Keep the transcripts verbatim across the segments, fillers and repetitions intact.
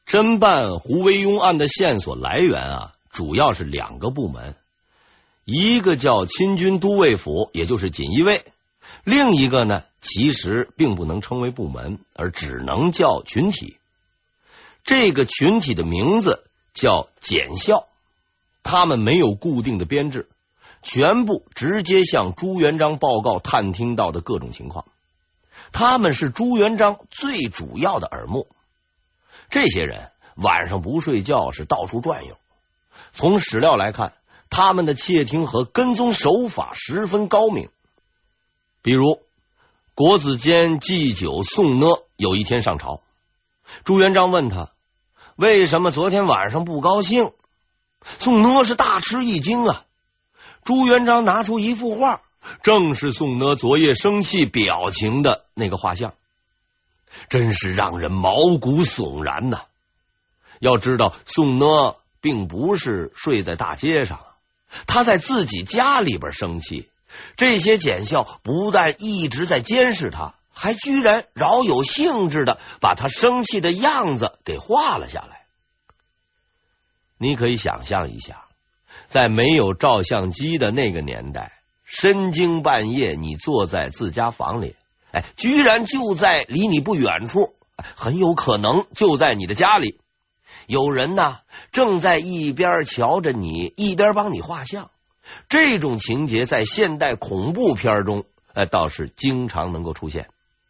侦办胡惟庸案的线索来源啊，主要是两个部门，一个叫亲军都尉府，也就是锦衣卫，另一个呢，其实并不能称为部门，而只能叫群体。这个群体的名字叫检校，他们没有固定的编制，全部直接向朱元璋报告探听到的各种情况。他们是朱元璋最主要的耳目。这些人晚上不睡觉，是到处转悠。从史料来看，他们的窃听和跟踪手法十分高明。比如国子监祭酒宋呢有一天上朝，朱元璋问他为什么昨天晚上不高兴，宋呢是大吃一惊啊。朱元璋拿出一幅画，正是宋呢昨夜生气表情的那个画像，真是让人毛骨悚然呐、啊！要知道宋呢并不是睡在大街上，他在自己家里边生气，这些检校不但一直在监视他，还居然饶有兴致的把他生气的样子给画了下来。你可以想象一下，在没有照相机的那个年代，深更半夜你坐在自家房里，哎，居然就在离你不远处，很有可能就在你的家里，有人呢正在一边瞧着你一边帮你画像。这种情节在现代恐怖片中呃，倒是经常能够出现。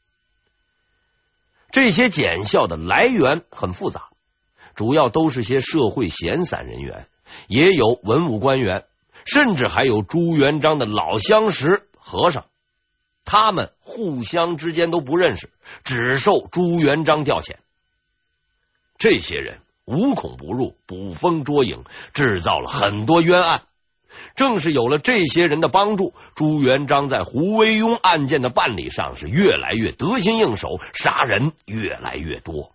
这些检校的来源很复杂，主要都是些社会闲散人员，也有文武官员，甚至还有朱元璋的老相识和尚。他们互相之间都不认识，只受朱元璋调遣。这些人无孔不入，捕风捉影，制造了很多冤案。正是有了这些人的帮助，朱元璋在胡惟庸案件的办理上是越来越得心应手，杀人越来越多。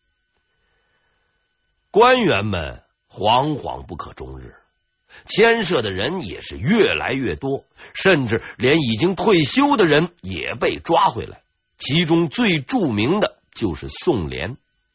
官员们惶惶不可终日，牵涉的人也是越来越多，甚至连已经退休的人也被抓回来。其中最著名的就是宋濂。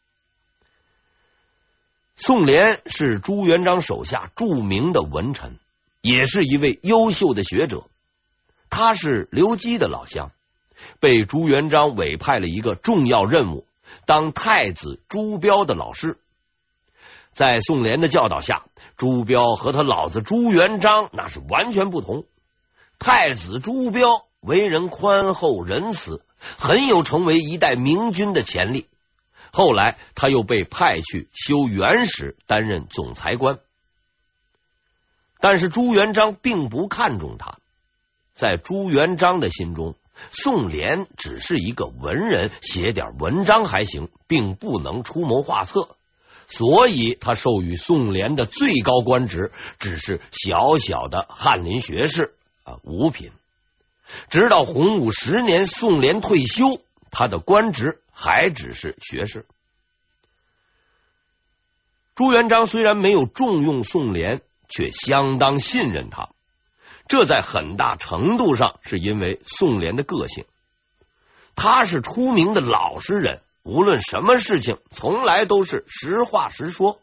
宋濂是朱元璋手下著名的文臣，也是一位优秀的学者。他是刘基的老乡，被朱元璋委派了一个重要任务，当太子朱标的老师。在宋濂的教导下，朱标和他老子朱元璋那是完全不同。太子朱标为人宽厚仁慈，很有成为一代明君的潜力。后来他又被派去修元史，担任总裁官。但是朱元璋并不看重他，在朱元璋的心中，宋濂只是一个文人，写点文章还行，并不能出谋划策。所以他授予宋濂的最高官职只是小小的翰林学士啊，五品。直到洪武十年宋濂退休，他的官职还只是学士。朱元璋虽然没有重用宋濂，却相当信任他，这在很大程度上是因为宋濂的个性。他是出名的老实人，无论什么事情从来都是实话实说。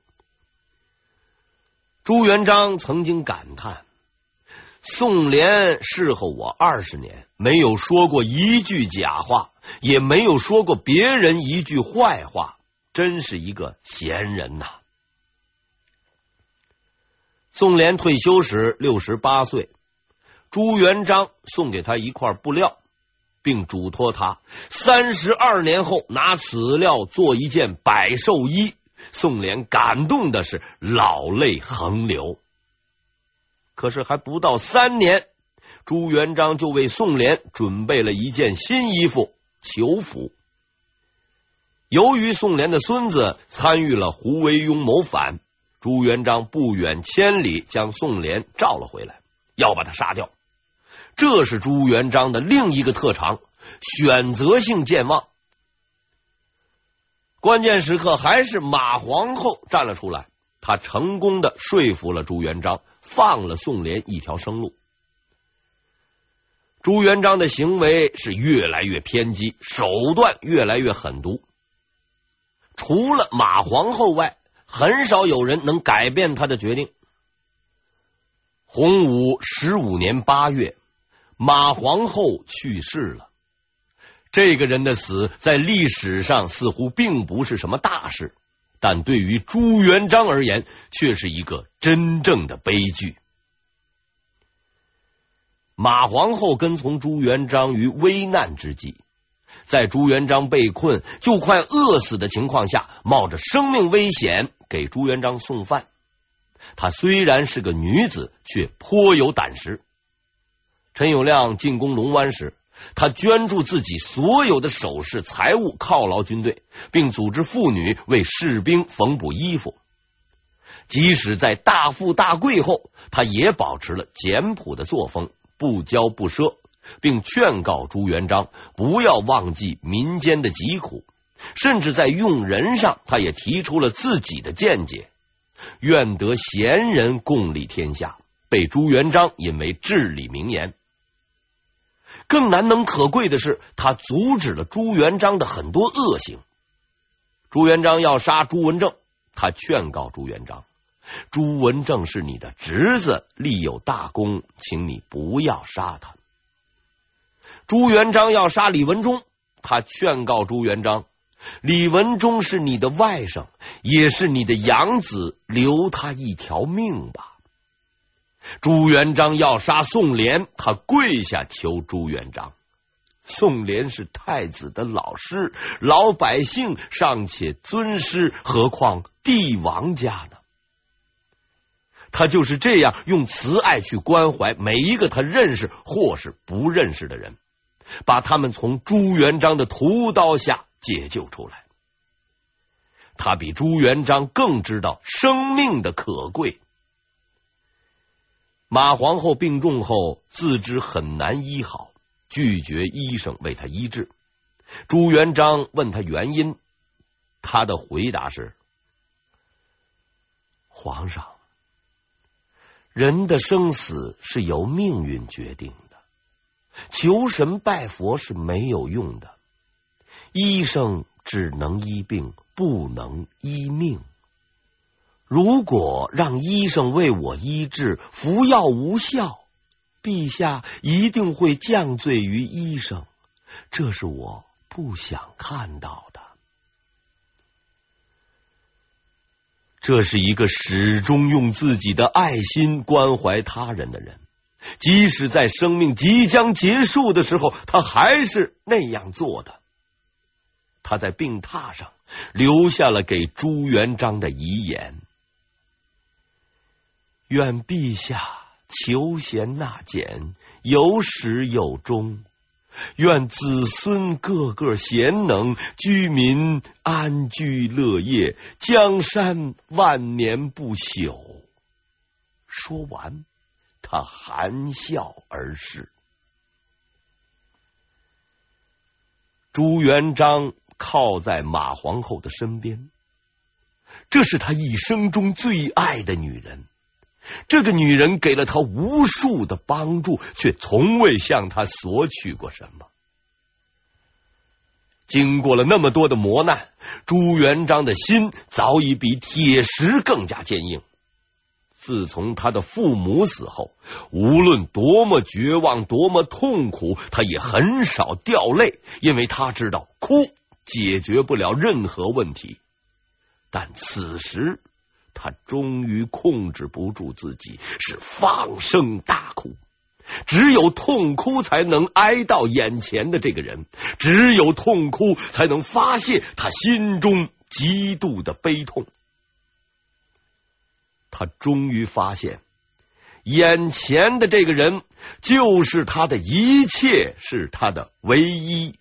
朱元璋曾经感叹，宋濂侍候我二十年，没有说过一句假话，也没有说过别人一句坏话，真是一个贤人呐。宋濂退休时六十八岁，朱元璋送给他一块布料，并嘱托他三十二年后拿此料做一件百寿衣。宋濂感动的是老泪横流。可是还不到三年，朱元璋就为宋濂准备了一件新衣服囚服。由于宋濂的孙子参与了胡惟庸谋反，朱元璋不远千里将宋濂召了回来，要把他杀掉。这是朱元璋的另一个特长，选择性健忘。关键时刻还是马皇后站了出来，他成功的说服了朱元璋，放了宋濂一条生路。朱元璋的行为是越来越偏激，手段越来越狠毒。 除了马皇后外，很少有人能改变他的决定。洪武十五年八月，马皇后去世了。这个人的死在历史上似乎并不是什么大事，但对于朱元璋而言，却是一个真正的悲剧。马皇后跟从朱元璋于危难之际，在朱元璋被困就快饿死的情况下，冒着生命危险给朱元璋送饭。她虽然是个女子，却颇有胆识。陈友谅进攻龙湾时，他捐助自己所有的首饰财物犒劳军队，并组织妇女为士兵缝补衣服。即使在大富大贵后，他也保持了简朴的作风，不骄不奢，并劝告朱元璋不要忘记民间的疾苦，甚至在用人上，他也提出了自己的见解，愿得贤人共理天下，被朱元璋引为至理名言。更难能可贵的是，他阻止了朱元璋的很多恶行。朱元璋要杀朱文正，他劝告朱元璋，朱文正是你的侄子，立有大功，请你不要杀他。朱元璋要杀李文忠，他劝告朱元璋，李文忠是你的外甥，也是你的养子，留他一条命吧。朱元璋要杀宋濂，他跪下求朱元璋。宋濂是太子的老师，老百姓尚且尊师，何况帝王家呢？他就是这样用慈爱去关怀每一个他认识或是不认识的人，把他们从朱元璋的屠刀下解救出来。他比朱元璋更知道生命的可贵。马皇后病重后，自知很难医好，拒绝医生为他医治。朱元璋问他原因，他的回答是：皇上，人的生死是由命运决定的，求神拜佛是没有用的，医生只能医病，不能医命。如果让医生为我医治，服药无效，陛下一定会降罪于医生，这是我不想看到的。这是一个始终用自己的爱心关怀他人的人，即使在生命即将结束的时候，他还是那样做的。他在病榻上留下了给朱元璋的遗言：愿陛下求贤纳谏，有始有终；愿子孙个个贤能，居民安居乐业，江山万年不朽。说完，他含笑而逝。朱元璋靠在马皇后的身边，这是他一生中最爱的女人。这个女人给了他无数的帮助，却从未向他索取过什么。经过了那么多的磨难，朱元璋的心早已比铁石更加坚硬。自从他的父母死后，无论多么绝望，多么痛苦，他也很少掉泪，因为他知道哭解决不了任何问题。但此时他终于控制不住自己，是放声大哭。只有痛哭才能哀悼眼前的这个人，只有痛哭才能发泄他心中极度的悲痛。他终于发现，眼前的这个人就是他的一切，是他的唯一。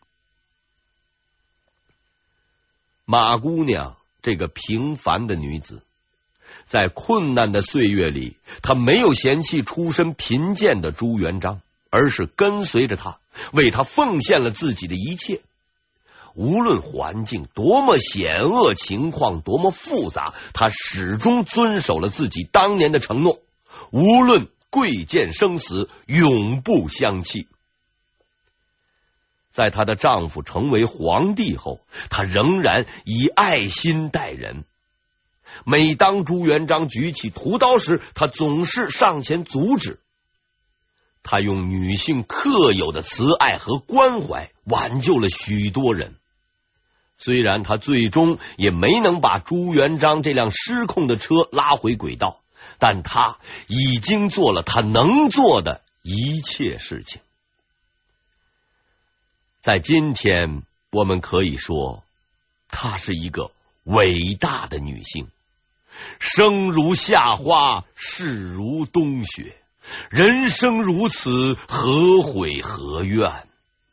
马姑娘这个平凡的女子，在困难的岁月里，她没有嫌弃出身贫贱的朱元璋，而是跟随着他，为他奉献了自己的一切。无论环境多么险恶，情况多么复杂，他始终遵守了自己当年的承诺，无论贵贱生死，永不相弃。 在她的丈夫成为皇帝后，她仍然以爱心待人。每当朱元璋举起屠刀时，她总是上前阻止。她用女性特有的慈爱和关怀挽救了许多人。虽然她最终也没能把朱元璋这辆失控的车拉回轨道，但她已经做了她能做的一切事情。在今天，我们可以说，她是一个伟大的女性。生如夏花，逝如冬雪，人生如此，何悔何怨？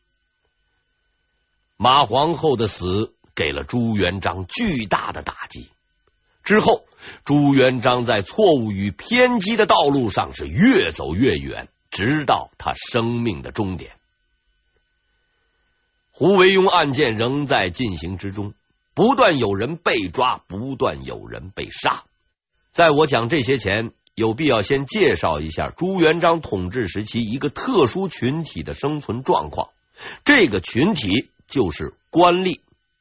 马皇后的死给了朱元璋巨大的打击。之后，朱元璋在错误与偏激的道路上是越走越远，直到他生命的终点。胡惟庸案件仍在进行之中，不断有人被抓，不断有人被杀。在我讲这些前，有必要先介绍一下朱元璋统治时期一个特殊群体的生存状况。这个群体就是官吏。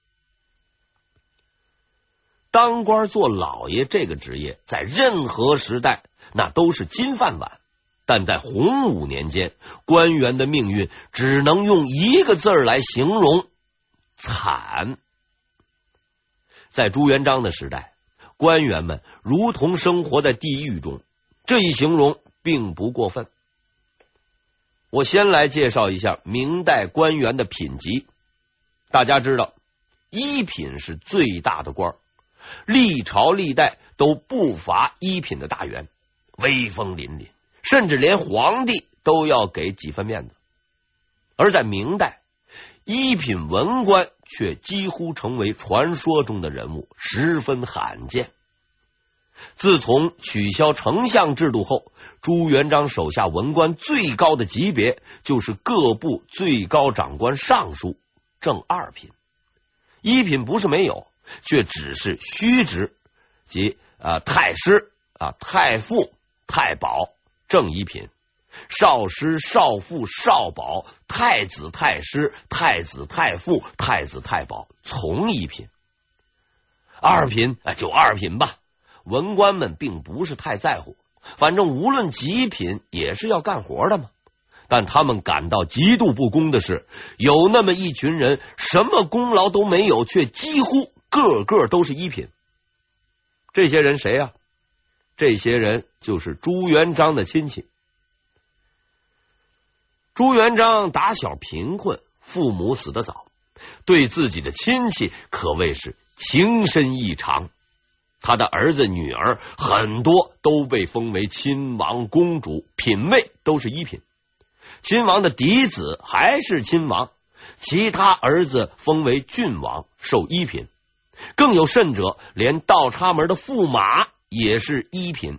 当官做老爷这个职业，在任何时代那都是金饭碗，但在洪武年间，官员的命运只能用一个字来形容：惨。在朱元璋的时代，官员们如同生活在地狱中，这一形容并不过分。我先来介绍一下明代官员的品级。大家知道，一品是最大的官，历朝历代都不乏一品的大员，威风凛凛，甚至连皇帝都要给几分面子。而在明代，一品文官却几乎成为传说中的人物，十分罕见。自从取消丞相制度后，朱元璋手下文官最高的级别就是各部最高长官尚书，正二品。一品不是没有，却只是虚职，即啊太师啊太傅太保正一品，少师少傅少保太子太师太子太傅太子太保从一品。二品啊就二品吧，文官们并不是太在乎，反正无论几品也是要干活的嘛。但他们感到极度不公的是，有那么一群人什么功劳都没有，却几乎个个都是一品。这些人谁啊？这些人就是朱元璋的亲戚。朱元璋打小贫困，父母死得早，对自己的亲戚可谓是情深意长。他的儿子女儿很多都被封为亲王公主，品位都是一品。亲王的嫡子还是亲王，其他儿子封为郡王，受一品。更有甚者，连倒插门的驸马也是一品。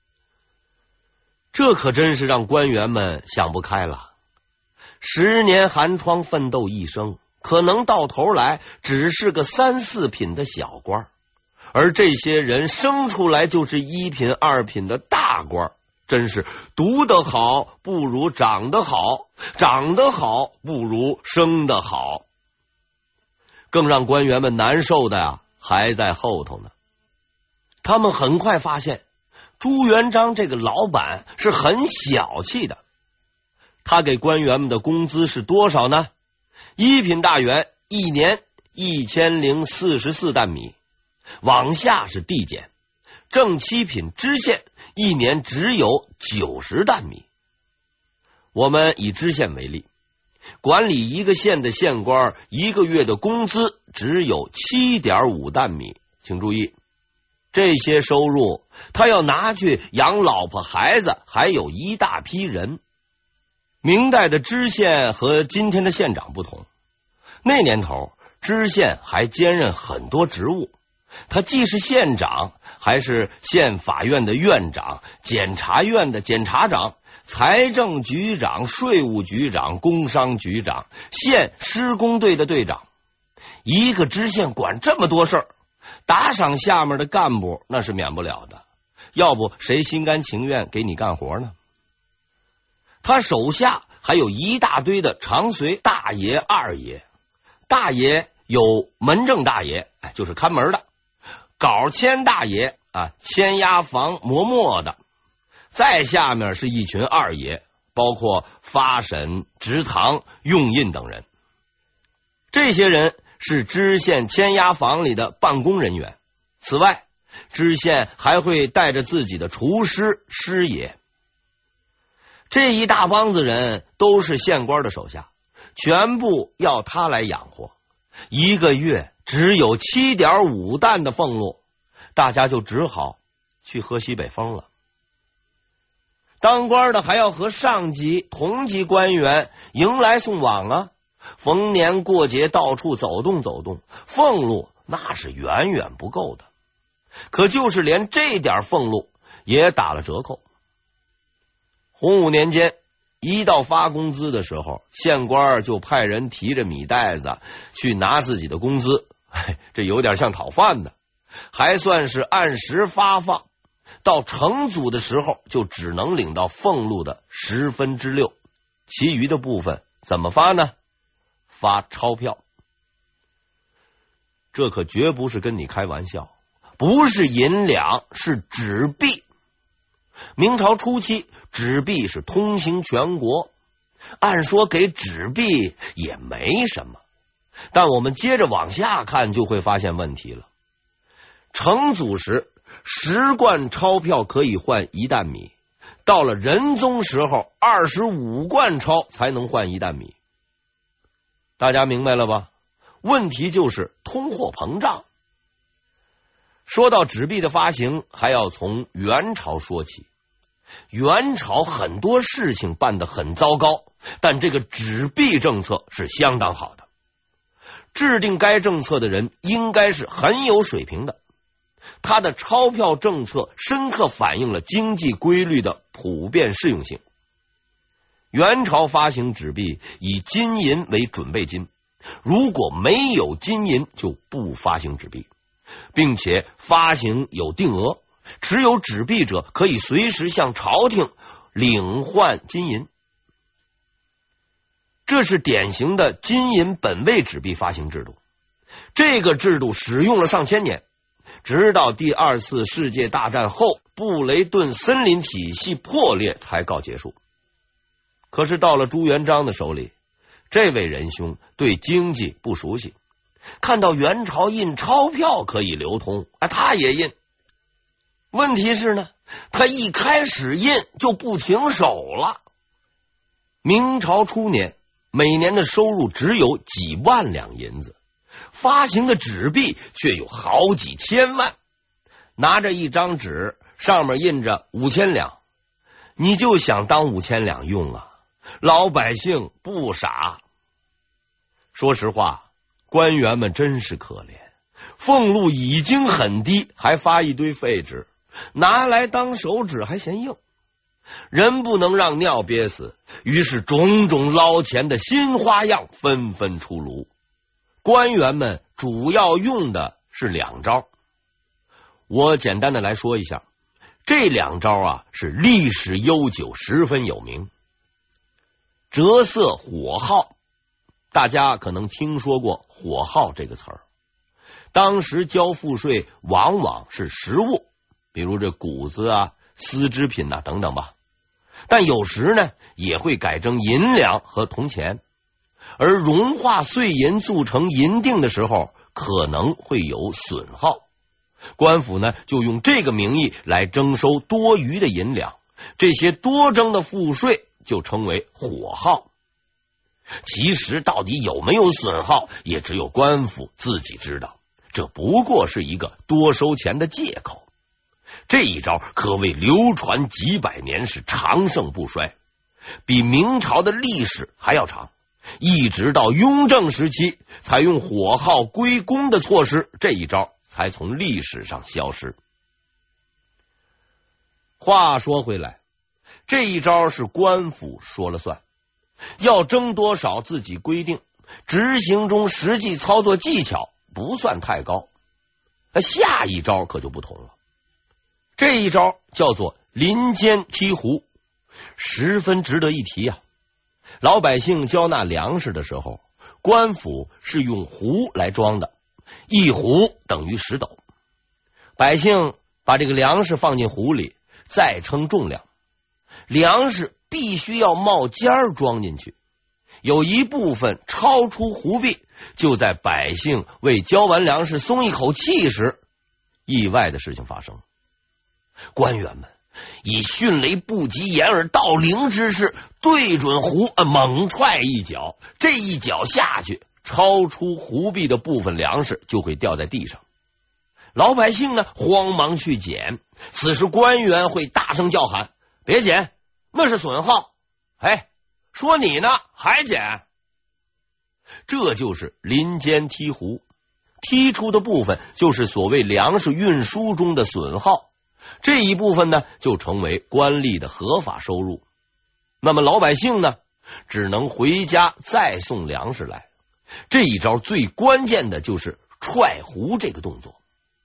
这可真是让官员们想不开了。十年寒窗奋斗一生，可能到头来只是个三四品的小官，而这些人生出来就是一品二品的大官，真是读得好不如长得好，长得好不如生得好。更让官员们难受的呀，还在后头呢。他们很快发现，朱元璋这个老板是很小气的。他给官员们的工资是多少呢？一品大员一年一千零四十四担米，往下是递减。正七品知县一年只有九十担米。我们以知县为例，管理一个县的县官一个月的工资只有 七点五担米。请注意，这些收入他要拿去养老婆孩子，还有一大批人。明代的知县和今天的县长不同，那年头知县还兼任很多职务，他既是县长，还是县法院的院长，检察院的检察长，财政局长，税务局长，工商局长，县施工队的队长。一个知县管这么多事儿，打赏下面的干部那是免不了的，要不谁心甘情愿给你干活呢？他手下还有一大堆的常随大爷、二爷。大爷有门正大爷，哎，就是看门的；稿签大爷啊，签押房磨墨的。再下面是一群二爷，包括发审、执堂、用印等人。这些人是知县签押房里的办公人员。此外，知县还会带着自己的厨师、师爷。这一大帮子人都是县官的手下，全部要他来养活。一个月只有 七点五 担的俸禄，大家就只好去喝西北风了。当官的还要和上级、同级官员迎来送往啊，逢年过节到处走动走动，俸禄那是远远不够的。可就是连这点俸禄也打了折扣。洪武年间，一到发工资的时候，县官就派人提着米袋子去拿自己的工资，这有点像讨饭的，还算是按时发放。到成祖的时候，就只能领到俸禄的十分之六，其余的部分怎么发呢？发钞票。这可绝不是跟你开玩笑，不是银两，是纸币。明朝初期，纸币是通行全国，按说给纸币也没什么，但我们接着往下看就会发现问题了。成祖时，十贯钞票可以换一担米，到了仁宗时候，二十五贯钞才能换一担米。大家明白了吧？问题就是通货膨胀。说到纸币的发行，还要从元朝说起。元朝很多事情办得很糟糕，但这个纸币政策是相当好的。制定该政策的人应该是很有水平的。他的钞票政策深刻反映了经济规律的普遍适用性。元朝发行纸币以金银为准备金，如果没有金银就不发行纸币，并且发行有定额，持有纸币者可以随时向朝廷领换金银。这是典型的金银本位纸币发行制度。这个制度使用了上千年，直到第二次世界大战后，布雷顿森林体系破裂才告结束。可是到了朱元璋的手里，这位仁兄对经济不熟悉，看到元朝印钞票可以流通，啊，他也印。问题是呢，他一开始印就不停手了。明朝初年，每年的收入只有几万两银子，发行的纸币却有好几千万。拿着一张纸，上面印着五千两，你就想当五千两用啊？老百姓不傻。说实话，官员们真是可怜，俸禄已经很低，还发一堆废纸，拿来当手纸还嫌硬。人不能让尿憋死，于是种种捞钱的新花样纷纷出炉。官员们主要用的是两招，我简单的来说一下。这两招啊是历史悠久，十分有名。折色火耗，大家可能听说过火耗这个词儿。当时交赋税往往是实物，比如这谷子啊、丝织品啊等等吧，但有时呢也会改征银两和铜钱，而融化碎银铸成银锭的时候可能会有损耗，官府呢就用这个名义来征收多余的银两，这些多征的赋税就称为火耗。其实到底有没有损耗，也只有官府自己知道，这不过是一个多收钱的借口。这一招可谓流传几百年，是长盛不衰，比明朝的历史还要长。一直到雍正时期，采用火耗归公的措施，这一招才从历史上消失。话说回来，这一招是官府说了算，要征多少自己规定，执行中实际操作技巧不算太高。下一招可就不同了，这一招叫做林间梯湖，十分值得一提啊。 老百姓交纳粮食的时候，官府是用壶来装的，一壶等于十斗。百姓把这个粮食放进壶里，再称重量。粮食必须要冒尖儿装进去，有一部分超出壶壁，就在百姓为交完粮食松一口气时，意外的事情发生。官员们以迅雷不及掩耳盗铃之势对准壶、呃、猛踹一脚，这一脚下去，超出壶壁的部分粮食就会掉在地上。老百姓呢慌忙去捡，此时官员会大声叫喊：别捡，那是损耗。哎，说你呢还捡。这就是林间剔壶，剔出的部分就是所谓粮食运输中的损耗，这一部分呢就成为官吏的合法收入。那么老百姓呢只能回家再送粮食来。这一招最关键的就是踹壶这个动作。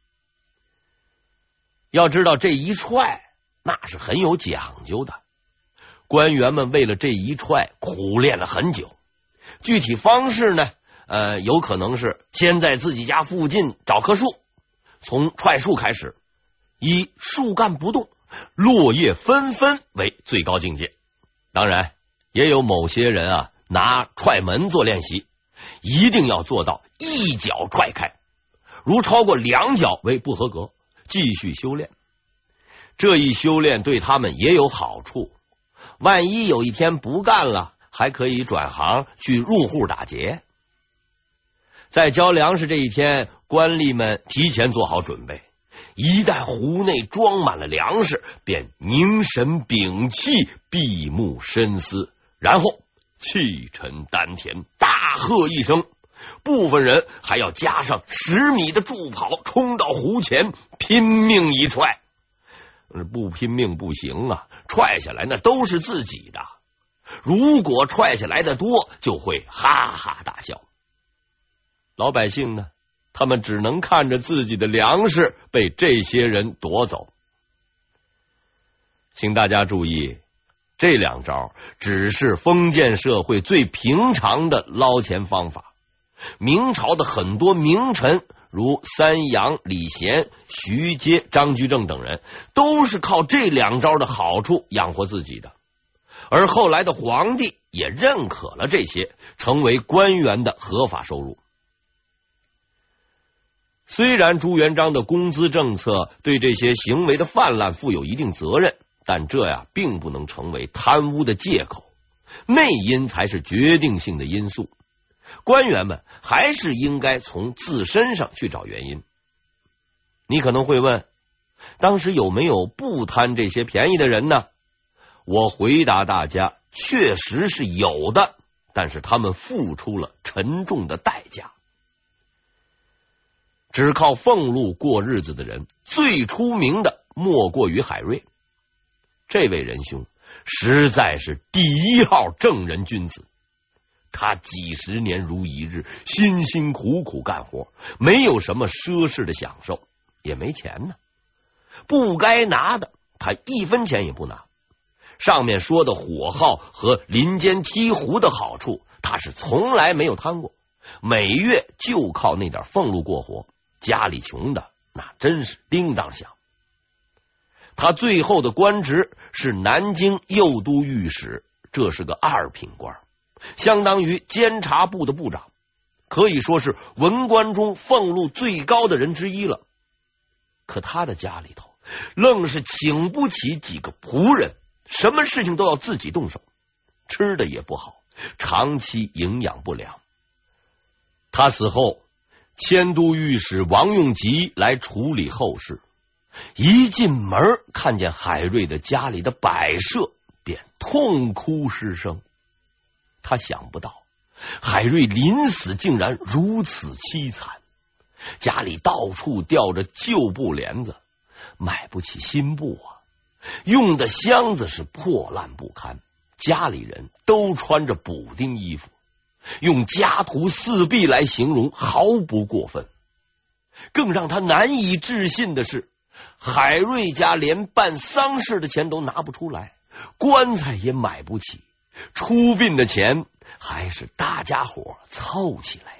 要知道这一踹那是很有讲究的，官员们为了这一踹苦练了很久。具体方式呢呃，有可能是先在自己家附近找棵树，从踹树开始，以树干不动，落叶纷纷为最高境界。当然也有某些人啊拿踹门做练习，一定要做到一脚踹开，如超过两脚为不合格，继续修炼。这一修炼对他们也有好处，万一有一天不干了，还可以转行去入户打劫。在交粮食这一天，官吏们提前做好准备，一旦壶内装满了粮食，便凝神屏气，闭目深思，然后气沉丹田，大喝一声。部分人还要加上十米的助跑，冲到壶前拼命一踹。不拼命不行啊，踹下来那都是自己的，如果踹下来的多，就会哈哈大笑。老百姓呢，他们只能看着自己的粮食被这些人夺走。请大家注意，这两招只是封建社会最平常的捞钱方法。明朝的很多名臣，如三杨、李贤、徐阶、张居正等人，都是靠这两招的好处养活自己的。而后来的皇帝也认可了这些，成为官员的合法收入。虽然朱元璋的工资政策对这些行为的泛滥负有一定责任，但这呀并不能成为贪污的借口，内因才是决定性的因素。官员们还是应该从自身上去找原因。你可能会问，当时有没有不贪这些便宜的人呢？我回答大家，确实是有的，但是他们付出了沉重的代价。只靠俸禄过日子的人，最出名的莫过于海瑞。这位仁兄实在是第一号正人君子，他几十年如一日，辛辛苦苦干活，没有什么奢侈的享受，也没钱呢，不该拿的他一分钱也不拿。上面说的火耗和林间剔壶的好处，他是从来没有贪过，每月就靠那点俸禄过活，家里穷的那真是叮当响。他最后的官职是南京右都御史，这是个二品官，相当于监察部的部长，可以说是文官中俸禄最高的人之一了。可他的家里头愣是请不起几个仆人，什么事情都要自己动手，吃的也不好，长期营养不良。他死后，迁都御史王用吉来处理后事，一进门看见海瑞的家里的摆设，便痛哭失声。他想不到海瑞临死竟然如此凄惨，家里到处吊着旧布帘子，买不起新布啊，用的箱子是破烂不堪，家里人都穿着补丁衣服，用家徒四壁来形容毫不过分。更让他难以置信的是，海瑞家连办丧事的钱都拿不出来，棺材也买不起， 出殡的钱还是大家伙凑起来